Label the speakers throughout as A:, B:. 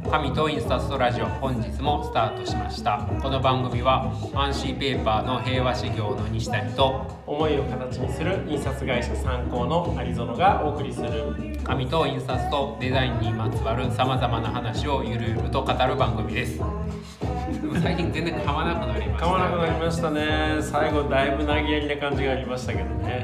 A: 紙と印刷とラジオ、本日もスタートしました。この番組はファンシーペーパーの平和修行の西谷と
B: 思いを形にする印刷会社参考の有園がお送りする
A: 紙と印刷とデザインにまつわるさまざまな話をゆるゆると語る番組です。でも最近全然噛まなくなりましたね。
B: 噛まなくなりましたね。最後だいぶ投げやりな感じがありましたけどね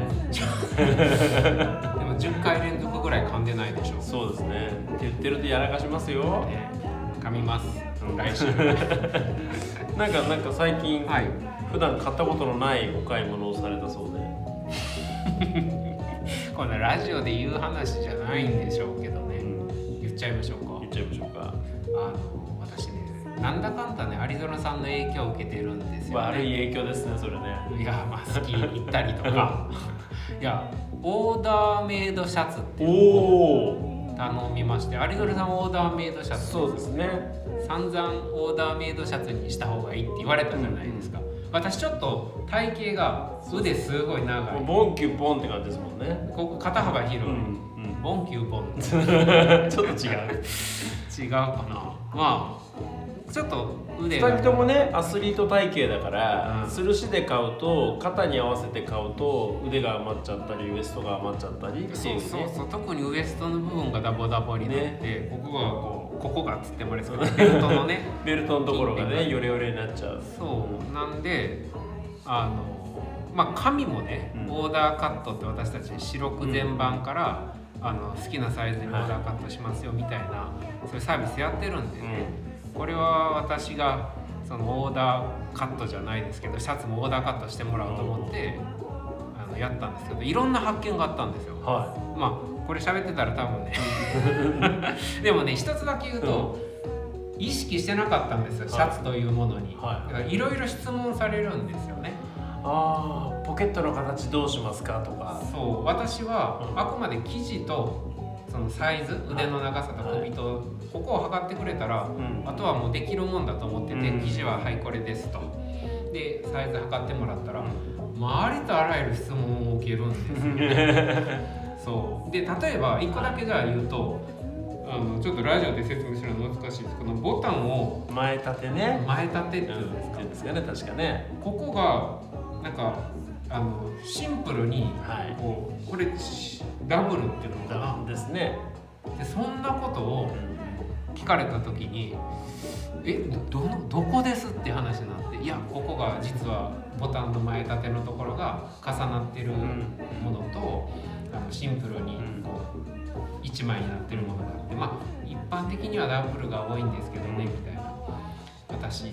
A: でも10回連続ぐらい噛んでないでしょ。
B: そうですねって言ってるとやらかしますよ、
A: 噛みます、来週
B: なんか最近、
A: はい、
B: 普段買ったことのないお買い物をされたそうで
A: このラジオで言う話じゃないんでしょうけどね、言っちゃいましょうか。
B: 言っちゃいましょうか。
A: 私ね、なんだかんだね、有園さんの影響を受けてるんですよね。
B: 悪い影響ですね、それね。
A: いや、まあ好き行ったりとかいや、オーダーメイドシャツっていうのを頼みまして、有園さんオーダーメイドシャツ、
B: そうですね、
A: 散々オーダーメイドシャツにした方がいいって言われたじゃないですか、私ちょっと体型が腕すごい長い、
B: ボンキュボンって感じですもんね。
A: ここ肩幅広い、ボンキューボン
B: ちょっと違う
A: 違うかな。まあちょっと腕が
B: 2人ともねアスリート体型だから、
A: うん、
B: 吊るしで買うと肩に合わせて買うと腕が余っちゃったりウエストが余っちゃったりっていうね。
A: そう特にウエストの部分がダボダボになって、ね、ここがつってもあれですけどベルトのね
B: ベルトのところがねヨレヨレになっちゃう。
A: そうなんでまあ髪もね、オーダーカットって私たち四六全版から、好きなサイズにオーダーカットしますよみたいな、そういうサービスやってるんでね、これは私がそのオーダーカットじゃないですけどシャツもオーダーカットしてもらおうと思ってやったんですけど、いろんな発見があったんですよ、まあこれ喋ってたら多分ねでもね一つだけ言うと、意識してなかったんですよ、シャツというものに。いろいろ質問されるんですよね。
B: ポケットの形どうしますかとか。
A: そう、私はあくまで生地とそのサイズ、腕の長さと首とここを測ってくれたら、あとはもうできるもんだと思ってて、生地ははいこれですと、でサイズ測ってもらったら、ありとあらゆる質問を受けるんですよねそうで、例えば1個だけじゃあ言うと、ちょっとラジオで説明するの難しいです。このボタンを
B: 前立てね、
A: 前立てっていうんですかね、
B: 確かね。
A: ここがなんかシンプルにこれダブルっていうのかな
B: ですね。
A: でそんなことを聞かれた時にどこですって話になって、いやここが実はボタンの前立てのところが重なってるものと、シンプルにこう1枚になってるものがあって、まあ一般的にはダブルが多いんですけどねみたいな。私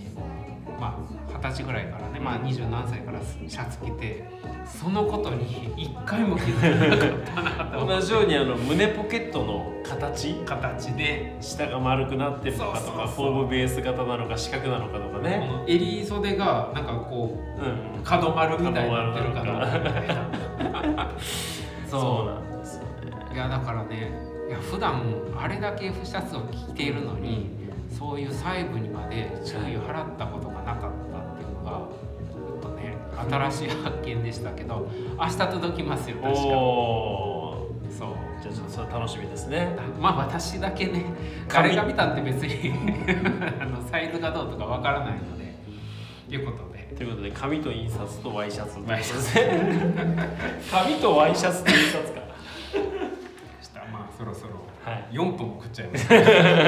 A: 20歳ぐらいからね、20何歳からシャツ着て、そのことに一回も気づかなかったなと。
B: 同じように胸ポケットの形
A: で
B: 下が丸くなってるのかとか、フォームベース型なのか四角なのかとかね、
A: 襟袖がなんかこう、角丸みたいになってるかどうかみたいな
B: そうなんですよね。
A: いやだからね、普段あれだけシャツを着ているのに、そういう細部にまで注意を払ったことがなかったっていうのがちょっとね新しい発見でしたけど、明日届きますよ確か。そう
B: じゃあちょっとそれ楽しみですね。
A: 私だけね、誰が見たって別にサイズがどうとかわからないので、ということで
B: 紙と印刷とワイシャツということですね紙とワイシャツと印刷か
A: そろそろ4分も食っちゃいました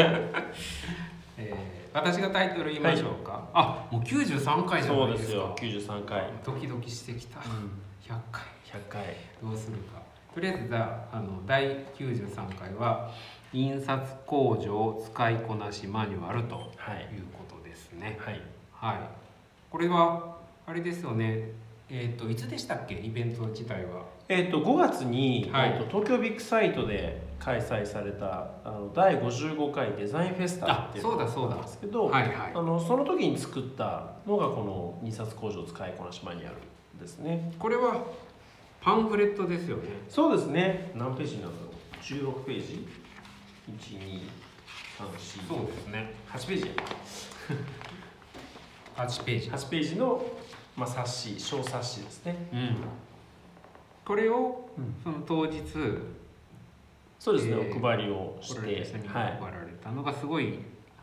A: 私がタイトル言いましょうか。もう93回じゃないですか。
B: そうですよ、93回。
A: ドキドキしてきた。100回どうするか。とりあえず第93回は印刷工場使いこなしマニュアルということですね。これはあれですよね。いつでしたっけ、イベント自体は。
B: 5月に、東京ビッグサイトで開催された第55回デザインフェスタっていうのがあったんですけど、その時に作ったのがこの印刷工場使いこなしマニュアルですね。
A: これはパンフレットですよね。
B: そうですね。何ページなんだろう。16ページ ?1、2、3、4。
A: そうですね。
B: 8ページ8ページの、冊子、小冊子ですね。
A: これをその当日、
B: そうですね、お配りをして、
A: 配られたのがすごい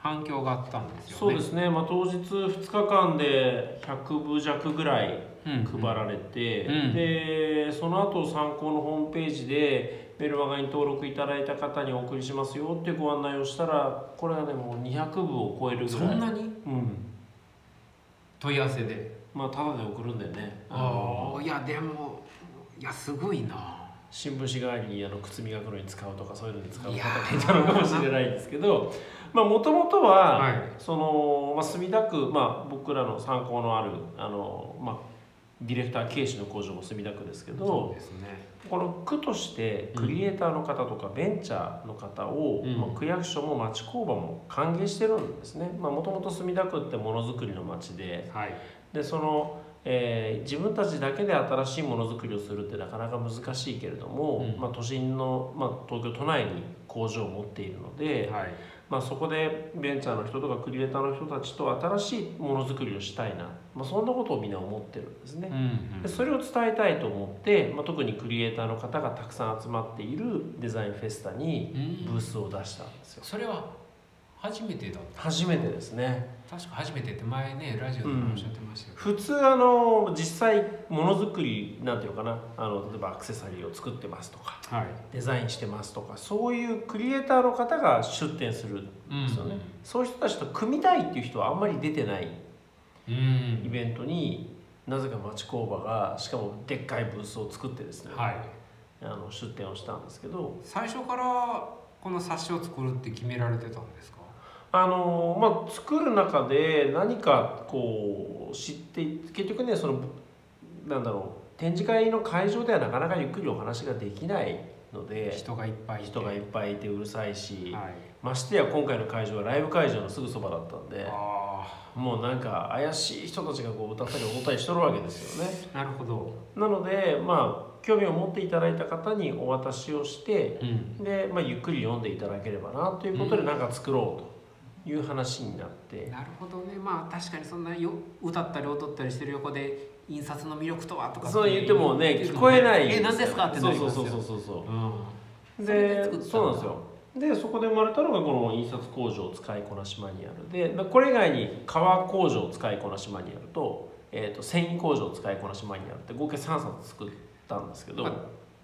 A: 反響があったんですよね。
B: そうですね、当日2日間で100部弱ぐらい配られて、でその後参考のホームページでメルマガに登録いただいた方にお送りしますよっていうご案内をしたら、これがねもう200部を超えるぐらい。
A: そんなに？問い合わせで
B: ただで送るんだよね。
A: いやでもすごいな。
B: 新聞紙代わりに靴磨くのに使うとかそういうのに使う方がいたのかもしれないんですけど、もともとは、墨田区、僕らの参考のあるディレクター軽視の工場も墨田区ですけど、
A: そうですね、
B: この区としてクリエイターの方とかベンチャーの方を、区役所も町工場も歓迎してるんですね。もともと墨田区ってものづくりの町で、でその自分たちだけで新しいものづくりをするってなかなか難しいけれども、都心の、東京都内に工場を持っているので、そこでベンチャーの人とかクリエイターの人たちと新しいものづくりをしたいな、そんなことをみんな思ってるんですね。でそれを伝えたいと思って、特にクリエイターの方がたくさん集まっているデザインフェスタにブースを出したんですよ。
A: それは初めてだった？
B: 初めてですね。
A: 確か初めてって前ねラジオでもおっしゃってましたけど、
B: 普通実際ものづくりなんていうかな、例えばアクセサリーを作ってますとか、デザインしてますとか、そういうクリエイターの方が出展するんですよね。そういう人たちと組みたいっていう人はあんまり出てないイベントに、なぜか町工場がしかもでっかいブースを作ってですね、出展をしたんですけど、
A: 最初からこの冊子を作るって決められてたんですか？
B: 作る中で何か知って結局ね、展示会の会場ではなかなかゆっくりお話ができないので、
A: 人がいっぱいいて
B: うるさいし、ましてや今回の会場はライブ会場のすぐそばだったんで、もう怪しい人たちが歌ったり踊ったりしとるわけですよね。
A: なるほど。
B: なので興味を持っていただいた方にお渡しをして、でゆっくり読んでいただければなということで何か作ろうという話になって、
A: なるほどね。確かにそんな歌ったり踊ったりしてる横で印刷の魅力とはとか
B: そう言ってもね聞こえない。
A: 何ですかってなりますよ。
B: でそうなんですよ。でそこで生まれたのがこの印刷工場使いこなしマニュアルで、これ以外に革工場使いこなしマニュアルと、繊維工場使いこなしマニュアルって合計3冊作ったんですけど、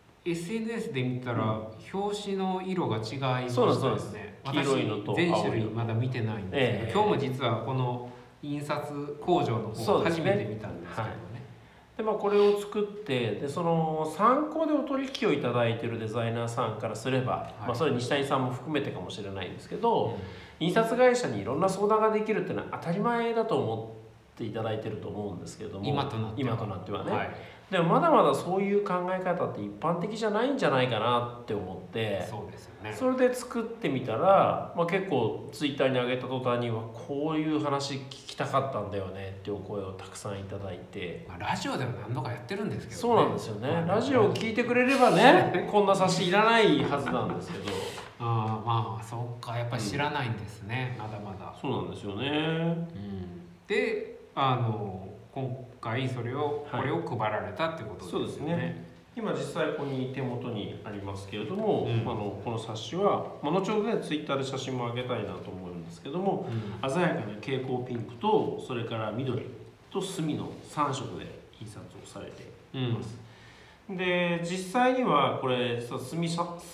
A: SNS で見たら表紙の色が違いましたですね。
B: 黄色いのと
A: 全種類まだ見てないんですけど、今日も実はこの印刷工場の方初めて見たんですけどね。
B: でこれを作ってでその参考でお取引をいただいているデザイナーさんからすれば、それ西谷さんも含めてかもしれないんですけど、印刷会社にいろんな相談ができるっていうのは当たり前だと思っていただいてると思うんですけども、
A: 今となってはね、
B: でもまだまだそういう考え方って一般的じゃないんじゃないかなって思って、
A: そうですよね。
B: それで作ってみたら、結構ツイッターに上げた途端にはこういう話聞きたかったんだよねっていうお声をたくさんいただいて、
A: ラジオでも何度かやってるんですけどね。
B: そうなんですよね。ラジオを聞いてくれればねこんな冊子いらないはずなんですけど
A: そうか、やっぱり知らないんですね、まだまだ。
B: そうなんですよね。
A: で今回これを配られたってことですね。
B: そうですね。今実際ここに手元にありますけれども、この冊子は、後ほどねツイッターで写真も上げたいなと思うんですけども、鮮やかな蛍光ピンクとそれから緑と墨の3色で印刷をされています。で実際にはこれ実は墨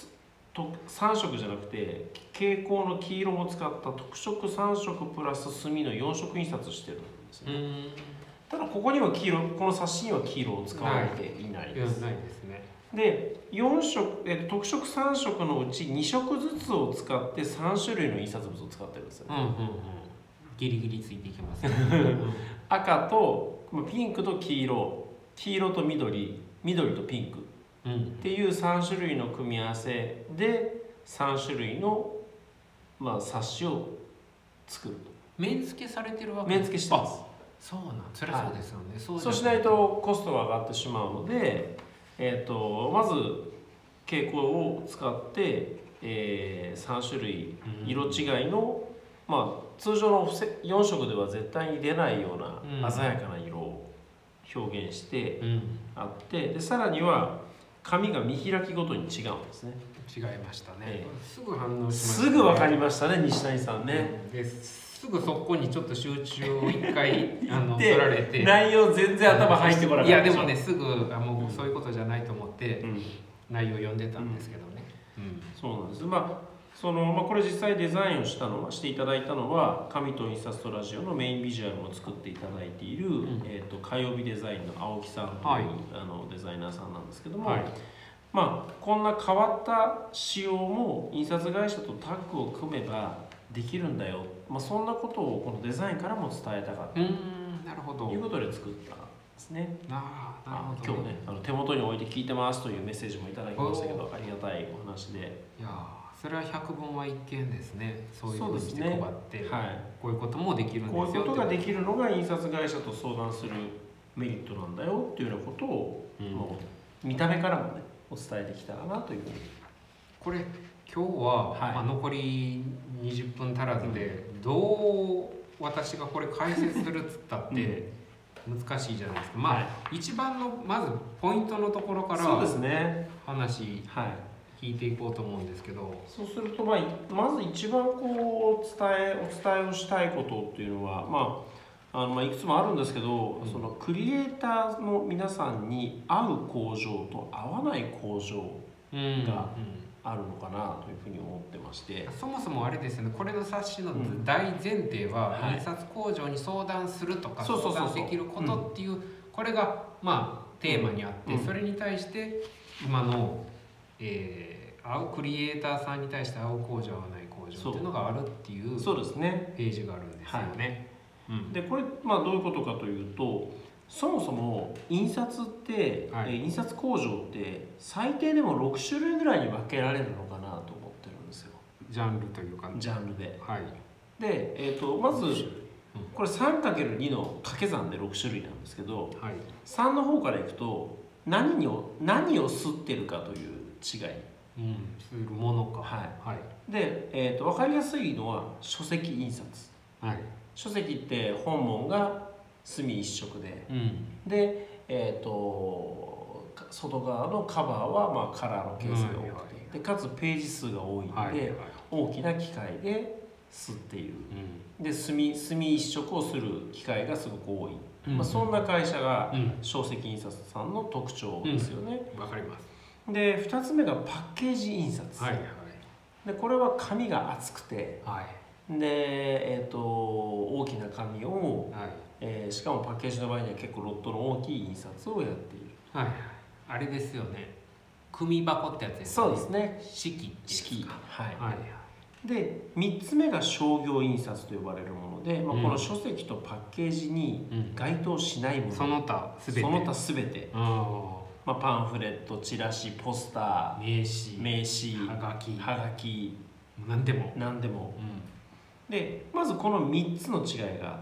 B: 3色じゃなくて蛍光の黄色も使った特色3色プラス墨の4色印刷してるんですね。ただここには黄色、この冊子には黄色を使われていないです。
A: ないですね。
B: で4色、特色3色のうち2色ずつを使って3種類の印刷物を使ってるんですよね。
A: ギリギリついていきますね。
B: 赤とピンクと黄色、黄色と緑、緑とピンクっていう3種類の組み合わせで3種類の冊子を作ると。
A: 面付けされてるわけ
B: 面付けしてます。
A: そうなん、そりゃそうですよね。
B: そうしないとコストが上がってしまうので、まず蛍光を使って、3種類色違いの、通常の4色では絶対に出ないような鮮やかな色を表現してあって、でさらには紙が見開きごとに違うんですね。
A: 違いましたね、すぐ反応しました
B: ね。すぐ分かりましたね、西谷さんね。
A: すぐそこにちょっと集中を一回取られて
B: 内容全然頭入ってこなかった。
A: いやでもね、すぐもうそういうことじゃないと思って内容を読んでたんですけどね。
B: そうなんです。これ実際デザインをしていただいたのは紙と印刷とラジオのメインビジュアルを作っていただいている、火曜日デザインの青木さんという、デザイナーさんなんですけども、こんな変わった仕様も印刷会社とタッグを組めばできるんだよ、そんなことをこのデザインからも伝えたかったということで作ったんですね。今日ね手元に置いて聞いてますというメッセージもいただきましたけど、ありがたいお話で。
A: いやそれは百聞は一見ですね。そういうふうにして配って、こういうこともできるんですよ。
B: こういうことができるのが印刷会社と相談するメリットなんだよっていうようなことを、見た目からもねお伝えできたらなというふうに。
A: これ今日は、残り20分足らずで、どう私がこれ解説するっつったって難しいじゃないですか。一番のまずポイントのところから話聞いていこうと思うんですけど、
B: そうするとまず一番お伝えをしたいことっていうのは、いくつもあるんですけど、そのクリエイターの皆さんに合う工場と合わない工場があるのかなというふうに思ってまして、
A: そもそもあれですよね、これの冊子の大前提は、印刷工場に相談するとか相談できることっていう、これがテーマにあって、それに対して今の、クリエイターさんに対して合う工場合わない工場っていうのがあるっていうページがあるんですよね。
B: でこれどういうことかというと、そもそも印刷って、印刷工場って最低でも6種類ぐらいに分けられるのかなと思ってるんですよ。
A: ジャンルというか、
B: ジャンルで。で、まずこれ 3×2 の掛け算で6種類なんですけど、3の方からいくと何を吸ってるかという違い。
A: 吸るものか。
B: で、分かりやすいのは書籍印刷。書籍って本文が墨一色で、で、外側のカバーはカラーのケースが多くて、でかつページ数が多いので、大きな機械で吸っている、で墨一色をする機械がすごく多い、そんな会社が書籍印刷さんの特徴ですよね。
A: わかります。
B: で2つ目がパッケージ印刷、でこれは紙が厚くて、で、大きな紙を、しかもパッケージの場合には結構ロットの大きい印刷をやっている。
A: あれですよね、組箱ってやつです
B: ね。そうですね。
A: 式。
B: で3つ目が商業印刷と呼ばれるもので、この書籍とパッケージに該当しないもの、
A: その他すべて、
B: パンフレット、チラシ、ポスター、名刺、はがき、
A: 何でも、
B: でまずこの3つの違いがあって、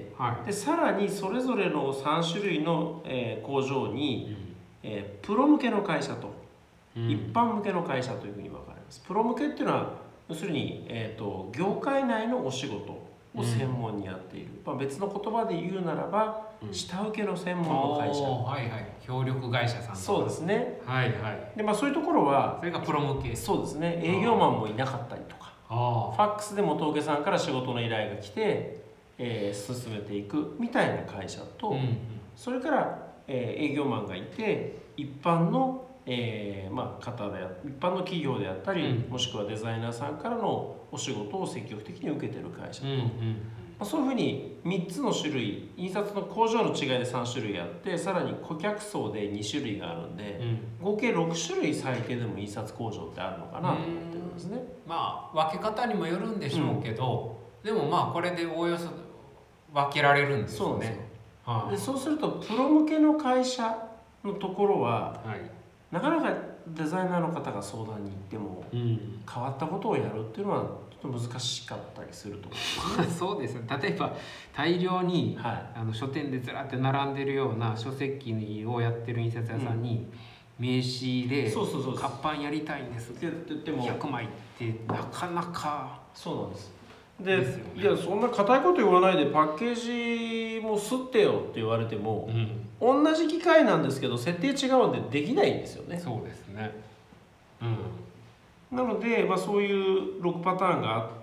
B: でさらにそれぞれの3種類の、工場に、プロ向けの会社と、一般向けの会社というふうに分かれます。プロ向けっていうのは要するに、業界内のお仕事を専門にやっている、別の言葉で言うならば、下請けの専門の会社、
A: 協力会社さんとか。
B: そうですね。でそういうところは
A: それがプロ向け。
B: そうですね。営業マンもいなかったりとか、ファックスで元請けさんから仕事の依頼が来て、進めていくみたいな会社と、それから、営業マンがいて一般の一般の企業であったり、もしくはデザイナーさんからのお仕事を積極的に受けてる会社と、そういうふうに3つの種類、印刷の工場の違いで3種類あって、さらに顧客層で2種類があるんで、合計6種類最低でも印刷工場ってあるのかなと思ってるんですね。
A: 分け方にもよるんでしょうけど、でもこれでおおよそ分けられるんですよね。
B: でそうするとプロ向けの会社のところは、なかなかデザイナーの方が相談に行っても、変わったことをやるっていうのはちょっと難しかったりすると思うんですね。
A: そうですね。例えば大量に、書店でずらって並んでるような書籍をやってる印刷屋さんに、名刺で活版やりたいんですって言っても100枚ってなかなか。
B: そうなんです。 で、ね、いやそんな固いこと言わないでパッケージも吸ってよって言われても、同じ機械なんですけど設定違うんでできないんですよね。
A: そうですね。
B: なので、そういう6パターンがあって、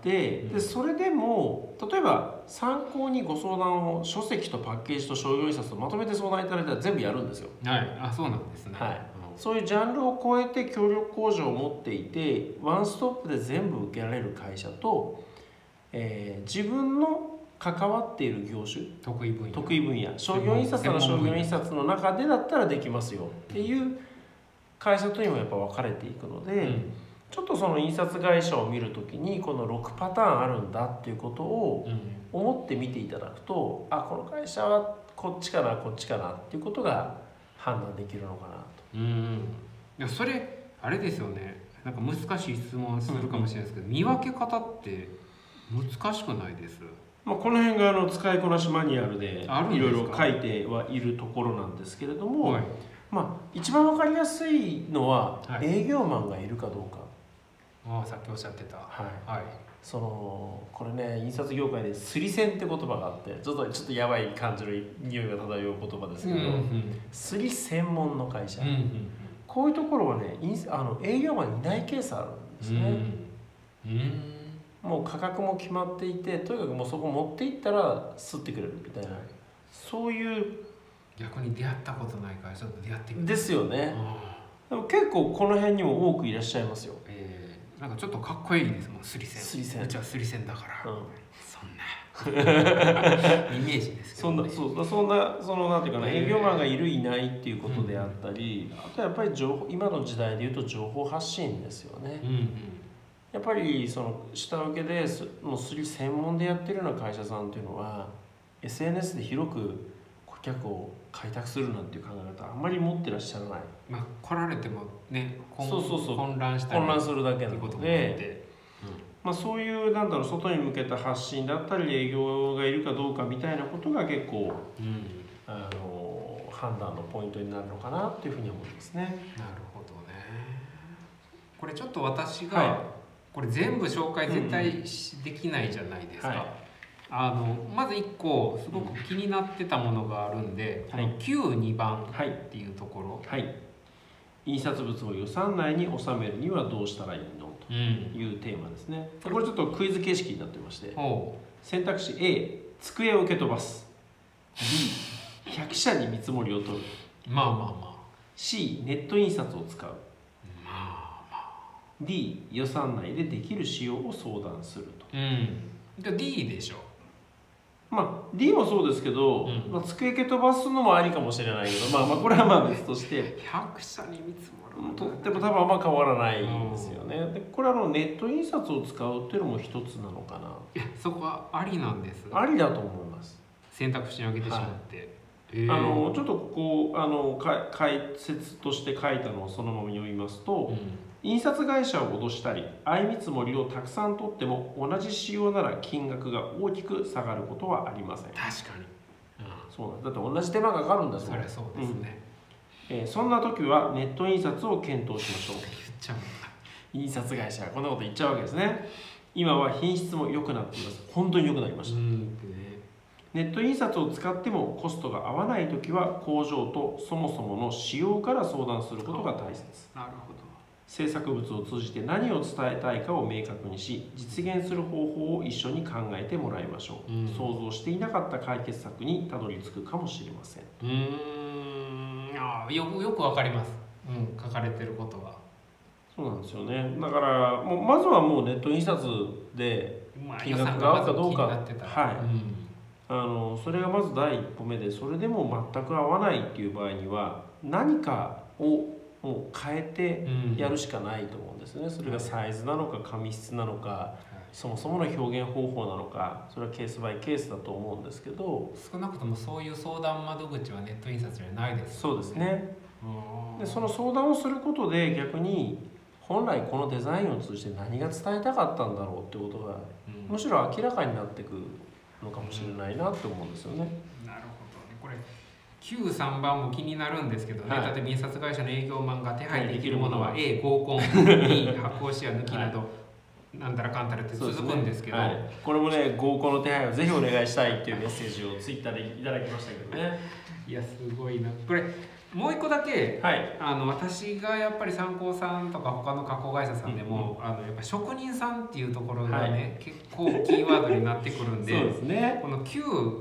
B: でそれでも例えば参考にご相談を書籍とパッケージと商業印刷とまとめて相談いただいたら全部やるんですよ。
A: はい、あ、そうなんですね。
B: はい、そういうジャンルを超えて協力工場を持っていてワンストップで全部受けられる会社と、自分の関わっている業種
A: 得意
B: 分野商業印刷なら商業印刷の中でだったらできますよっていう会社とにもやっぱ分かれていくので、ちょっとその印刷会社を見るときにこの6パターンあるんだっていうことを思って見ていただくと、あ、この会社はこっちかなこっちかなっていうことが判断できるのかなと。
A: いやそれあれですよね、なんか難しい質問するかもしれないですけど、見分け方って難しくないです？
B: この辺が使いこなしマニュアルでいろいろ書いてはいるところなんですけれども、一番分かりやすいのは営業マンがいるかどうか。
A: さっきおっしゃってた。
B: これね、印刷業界でスリセンって言葉があってちょっとやばい感じの匂いが漂う言葉ですけど、スリ専門の会社、こういうところはね営業マンいないケースあるんですね。もう価格も決まっていてとにかくもうそこ持っていったら吸ってくれるみたいな、そういう
A: 逆に出会ったことないからちょっと出会ってみ
B: てですよね。でも結構この辺にも多くいらっしゃいますよ。
A: なんかちょっとかっこいいですもん、スリセン。うちはスリセンだから、そんなイメージですけどね。
B: そんななんていうかな、営業マンがいるいないっていうことであったり、あとやっぱり今の時代でいうと情報発信ですよね。やっぱりその下請けでもうスリ専門でやってるような会社さんっていうのは SNS で広く顧客を開拓するなんていう考え方あんまり持ってらっしゃらない。
A: 来られてもね、混乱したり
B: 混乱するだけなので、そういう外に向けた発信だったり営業がいるかどうかみたいなことが結構、判断のポイントになるのかなっていうふうに思いますね。
A: なるほどね。これちょっと私が、これ全部紹介絶対できないじゃないですか。まず1個すごく気になってたものがあるんで、旧2番っていうところ、印刷物を予算内に収めるにはどうしたらいいのというテーマですね。これちょっとクイズ形式になってまして、選択肢 A、机を受け飛ばす。 B、100社に見積もりを取る。C、ネット印刷を使う。D、予算内でできる仕様を相談すると。 じゃあ D でしょ。
B: D もそうですけど、机蹴飛ばすのもありかもしれないけど、これは別として
A: 100社に見積もる
B: とっても多分あんま変わらないんですよね。でこれはネット印刷を使うっていうのも一つなのかな。
A: いやそこはありなんです。
B: ありだと思います。
A: 選択肢に上げてしまって、
B: ちょっとここ解説として書いたのをそのまま読みますと、印刷会社を脅したり相見積もりをたくさん取っても同じ仕様なら金額が大きく下がることはありません。
A: 確かに、
B: そうなんだって同じ手間がかかるんだ。
A: そりゃそうですね。
B: そんな時はネット印刷を検討しましょう。
A: 言っちゃうんだ。
B: 印刷会社がこんなこと言っちゃうわけですね。今は品質も良くなっています。本当に良くなりました。ネット印刷を使ってもコストが合わない時は工場とそもそもの仕様から相談することが大切。
A: なるほど。
B: 制作物を通じて何を伝えたいかを明確にし実現する方法を一緒に考えてもらいましょう。想像していなかった解決策にたどり着くかもしれません。
A: よくわかります、書かれてることは。
B: そうなんですよね。だからまずはもうネット印刷で金額が合うかどうか、それがまず第一歩目で、それでも全く合わないっていう場合には何かをもう変えてやるしかないと思うんですね。それがサイズなのか紙質なのか、そもそもの表現方法なのか、それはケースバイケースだと思うんですけど、
A: 少なくともそういう相談窓口はネット印刷にはないです。
B: そうですね。でその相談をすることで逆に本来このデザインを通じて何が伝えたかったんだろうってことが、むしろ明らかになってくるのかもしれないなって思うんですよね。
A: なるほどね。これ旧3番も気になるんですけどね、例えば印刷会社の営業マンが手配できるものは A 合コン B 箱押しや抜きなどなんたらかんたらって続くんですけど、
B: はい、これもね合コンの手配をぜひお願いしたいっていうメッセージをツイッターでいただきましたけどね。
A: いやすごいなこれ。もう一個だけ、
B: はい、
A: 私がやっぱり参考さんとか他の加工会社さんでも、やっぱ職人さんっていうところがね、はい、結構キーワードになってくるんで、
B: そうですね、
A: この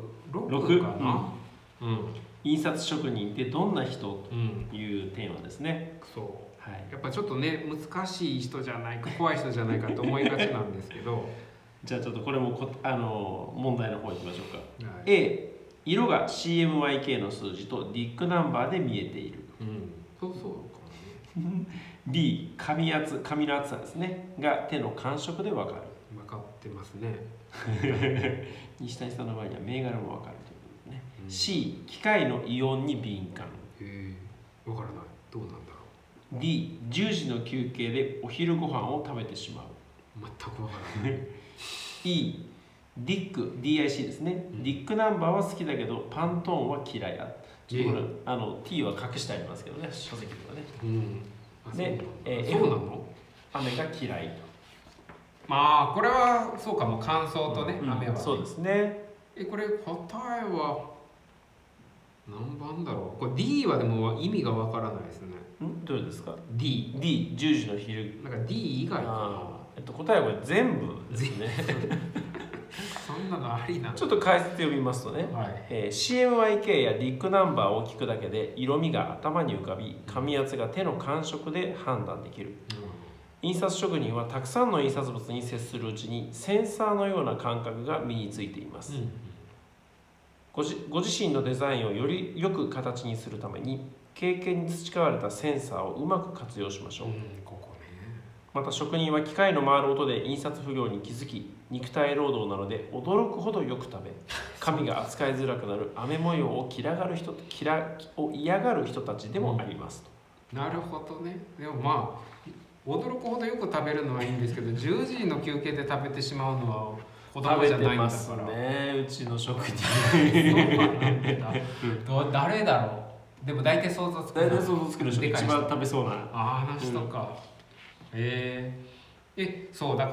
A: 96かな、
B: 印刷職人ってどんな人というテーマですね。
A: そう、はい、やっぱちょっとね難しい人じゃないか怖い人じゃないかと思いがちなんですけど
B: じゃあちょっとこれも問題の方いきましょうか。はい、A、色が CMYK の数字とディックナンバーで見えている。
A: そうそうか
B: ね。B、紙の厚さですねが手の感触で分かる。
A: 分かってますね。
B: 西谷さんの場合には銘柄も分かるということですね。C、機械の異音に敏感。
A: 分からない。どうなんだろ
B: う。D、10時の休憩でお昼ご飯を食べてしまう。
A: 全く分からない。
B: E、ディック DIC ですね、ディックナンバーは好きだけどパントーンは嫌いだ。ちょっとこれT は隠してありますけどね、書籍とかね。で、
A: そうなの？
B: 雨が嫌いと。
A: まあこれはそうかも、乾燥とね、雨は、
B: そうですね。
A: これ答えは何番だろう。これ D はでも意味がわからないですね。
B: どれですか？
A: D
B: 10時の昼。
A: なんか D 以外か
B: な。答えはこれ全部ですね。
A: そんなのありなの？
B: ちょっと解説読みますとね、CMYK やディックナンバーを聞くだけで色味が頭に浮かび、紙圧が手の感触で判断できる。印刷職人はたくさんの印刷物に接するうちにセンサーのような感覚が身についています。ご自身のデザインをよりよく形にするために経験に培われたセンサーをうまく活用しましょう。また職人は機械の回る音で印刷不良に気づき、肉体労働なので驚くほどよく食べ、紙が扱いづらくなる雨模様を嫌がる人たちでもありますと。
A: なるほどね。でもまあ驚くほどよく食べるのはいいんですけど、10時の休憩で食べてしまうのは子供じゃないんだから。
B: 食べてますね、うちの職人。
A: 誰だろう。でも大体想像つく。
B: 一番食べそうな。
A: あの人か。そうだから、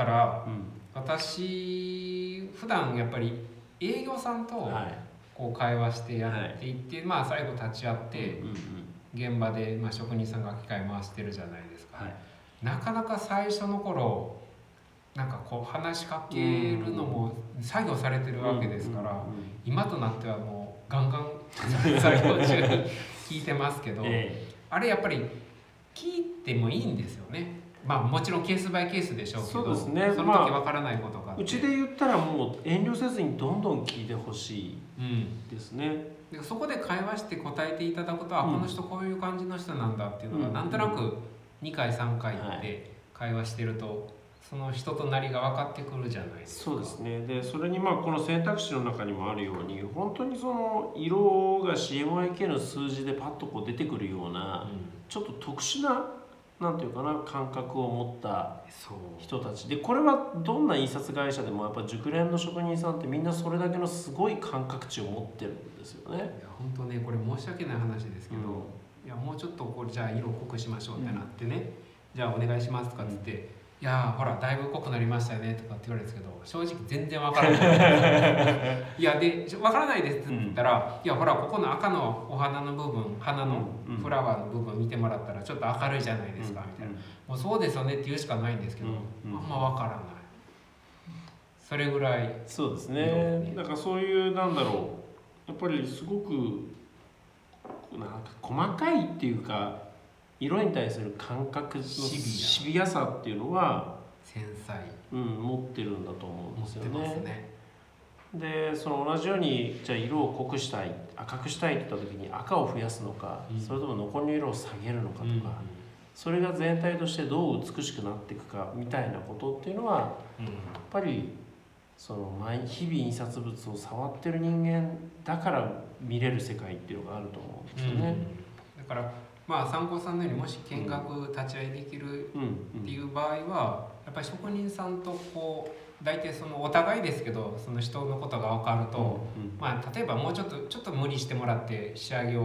A: 私普段やっぱり営業さんとこう会話してやっていって、まあ最後立ち会って現場で職人さんが機械回してるじゃないですか。なかなか最初の頃なんかこう話しかけるのも作業されてるわけですから、今となってはもうガンガン作業中に聞いてますけど、あれやっぱり聞いてもいいんですよね。まあもちろんケースバイケースでしょうけど、
B: そうですね、
A: その時わからないことがあって、
B: うちで言ったらもう遠慮せずにどんどん聞いてほしいですね。
A: でそこで会話して答えていただくと、この人こういう感じの人なんだっていうのがなんとなく2回3回って会話してると、その人となりが分かってくるじゃないですか。
B: そうですね。でそれにこの選択肢の中にもあるように、本当にその色が CMYK の数字でパッとこう出てくるような、ちょっと特殊ななんていうかな感覚を持った人たちで、これはどんな印刷会社でもやっぱ熟練の職人さんってみんなそれだけのすごい感覚値を持ってるんですよね。
A: いや本当ね、これ申し訳ない話ですけど、いやもうちょっとこれじゃあ色濃くしましょうってなってね、じゃあお願いしますとかって言って、いやほらだいぶ濃くなりましたよねとかって言われるんですけど、正直全然わからないいやでわからないですって言ったら、いやほらここの赤のお花の部分、花のフラワーの部分見てもらったらちょっと明るいじゃないですかみたいな、もうそうですよねって言うしかないんですけど、あんまわからない。それぐらい。
B: そうですね。だからそういうなんだろう、やっぱりすごくなんか細かいっていうか、色に対する感覚のシビアさっていうのは
A: 繊細、
B: 持ってるんだと思うんですよね。
A: 持ってますね。
B: でその同じようにじゃあ色を濃くしたい、赤くしたいって言った時に赤を増やすのか、それとも残りの色を下げるのかとか、それが全体としてどう美しくなっていくかみたいなことっていうのは、やっぱりその日々印刷物を触ってる人間だから見れる世界っていうのがあると思うんですよね。
A: だから参考さんのようにもし見学立ち会いできるっていう場合は、やっぱり職人さんとこう大体そのお互いですけど、その人のことが分かると、例えばもうちょっと無理してもらって仕上げを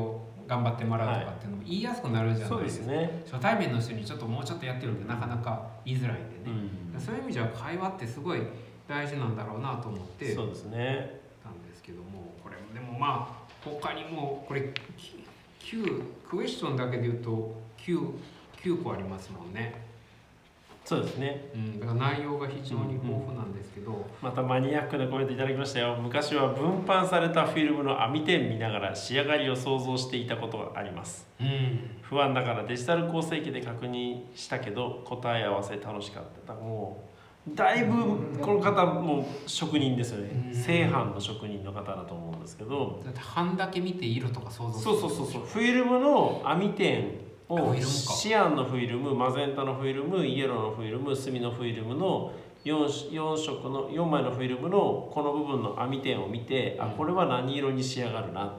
A: 頑張ってもらうとかっていうのも言いやすくなるじゃないですか。
B: そうですね、
A: 初対面の人にちょっともうちょっとやってるんでなかなか言いづらいんでね、そういう意味じゃ会話ってすごい大事なんだろうなと思って
B: そうですね
A: たんですけども、これでもまあ他にもこれ9クエスチョンだけで言うと9個ありますもんね。
B: そうですね、
A: だから内容が非常に豊富なんですけど、
B: またマニアックなコメントいただきましたよ。昔は分販されたフィルムの網点見ながら仕上がりを想像していたことがあります、不安だからデジタル構成機で確認したけど答え合わせ楽しかった。もうだいぶこの方も職人ですよね、正版の職人の方だと思うんですけど、
A: だって版だけ見て色とか想像する。
B: そうフィルムの網点をシアンのフィルム、マゼンタのフィルム、イエローのフィルム、墨のフィルムの4色の4枚のフィルムのこの部分の網点を見て、あ、これは何色に仕上がるな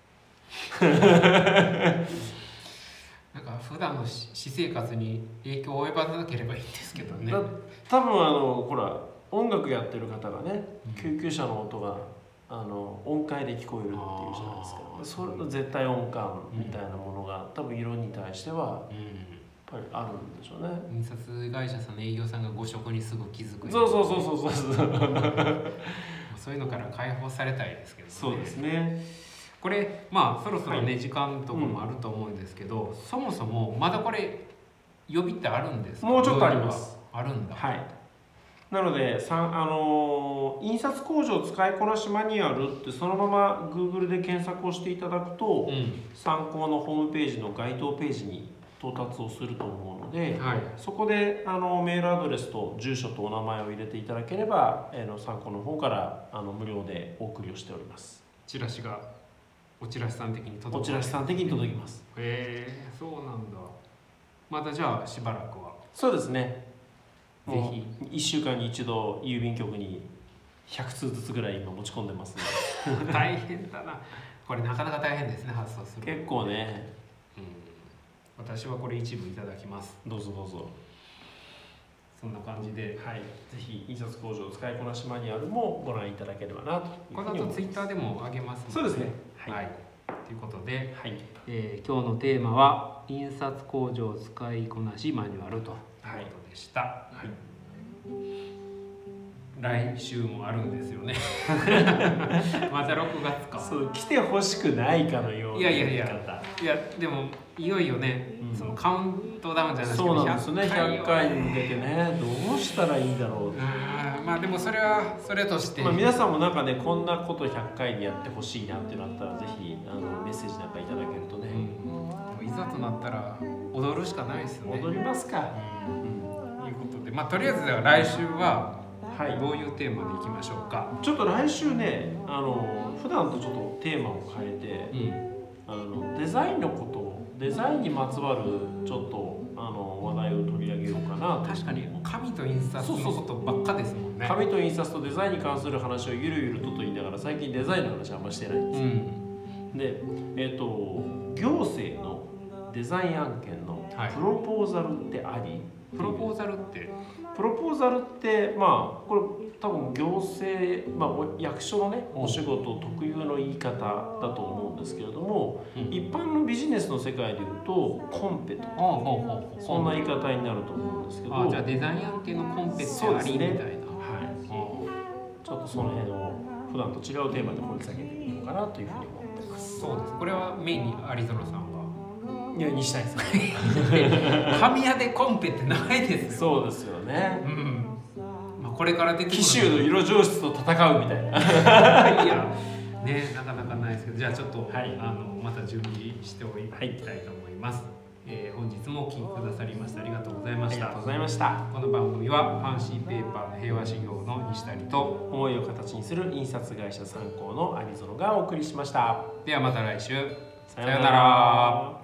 A: なんか普段の私生活に影響を及ばなければいいんですけどね。
B: 多分ほら音楽やってる方がね、救急車の音が音階で聞こえるっていうじゃないですか。それの絶対音感みたいなものが多分色に対してはやっぱりあるんでしょうね。
A: 印刷会社さんの営業さんが誤色にすぐ気づく。
B: そう
A: そういうのから解放されたいですけどね。
B: そうですね。
A: これまあそろそろね、時間とかもあると思うんですけど、そもそもまだこれ予備ってあるんですか？
B: もうちょっとあります。
A: あるんだ。
B: はい。なので印刷工場使いこなしマニュアルってそのまま Google で検索をしていただくと、参考のホームページの該当ページに到達をすると思うので、そこでメールアドレスと住所とお名前を入れていただければ、参考の方から無料でお送りをしております。
A: チラシがおチラシさん的に届
B: きます。おチラシさん的に届きます。
A: そうなんだ。またじゃあしばらくは。
B: そうですね。ぜひ1週間に1度郵便局に100通ずつぐらい今持ち込んでます
A: ね。大変だな。これなかなか大変ですね、発送する。
B: 結構ね。
A: 私はこれ一部いただきます。
B: どうぞ。
A: そんな感じで、
B: はい、ぜひ印刷工場使いこなしマニュアルもご覧いただければなというふうに思います。
A: この後ツイッターでも上げますので。
B: そうですね。
A: はい。ということで、
B: はい、
A: 今日のテーマは印刷工場使いこなしマニュアルということでした。はい。来週もあるんですよね。また6月か。
B: そう、来てほしくないかのような言い方。
A: いやでもいよいよね、そのカウントダウンじゃないですか。
B: そうなんですね。100回に向けてね、どうしたらいいんだろう。
A: まあでもそれはそれとして、
B: 皆さんもなんかね、こんなこと100回にやってほしいなってなったらぜひメッセージなんかいただけるとね。
A: いざとなったら踊るしかないですよね。
B: 踊りますか。
A: いうことで、まあとりあえずでは来週はどういうテーマでいきましょうか。
B: ちょっと来週ね、普段とちょっとテーマを変えて、デザインのことを、デザインにまつわるちょっと話題を取り上げようかなと。
A: 確かに紙と印刷のことばっかですもんね。
B: 紙と印刷とデザインに関する話をゆるゆると言いながら最近デザインの話はあんましてないんですよ。で、行政のデザイン案件のプロポーザルってあり、
A: プロポーザルって
B: まあこれ多分行政、役所のねお仕事特有の言い方だと思うんですけれども、一般のビジネスの世界でいうとコンペとか、そんな言い方になると思うんですけど、
A: じゃあデザイン案件のコンペってありみたいな、
B: ちょっとその辺を普段と違うテーマで掘り下げてみようかなというふうに思ってます。
A: そうです。これはメインにアリゾナさんが
B: にしたいです
A: 紙屋でコンペってないです
B: よ。そうですよね。
A: これから出てくる
B: 紀州の色上質と戦うみたいな。
A: いやね、なかなかないですけど、じゃあちょっと、また準備しておきたいと思います。本日もお聞きくださりましてありがとうございました。
B: ありがとうございました。
A: この番組はファンシーペーパーの平和修行の西谷と
B: 思いを形にする印刷会社参考のアリゾノがお送りしました。
A: ではまた来週。
B: さようなら。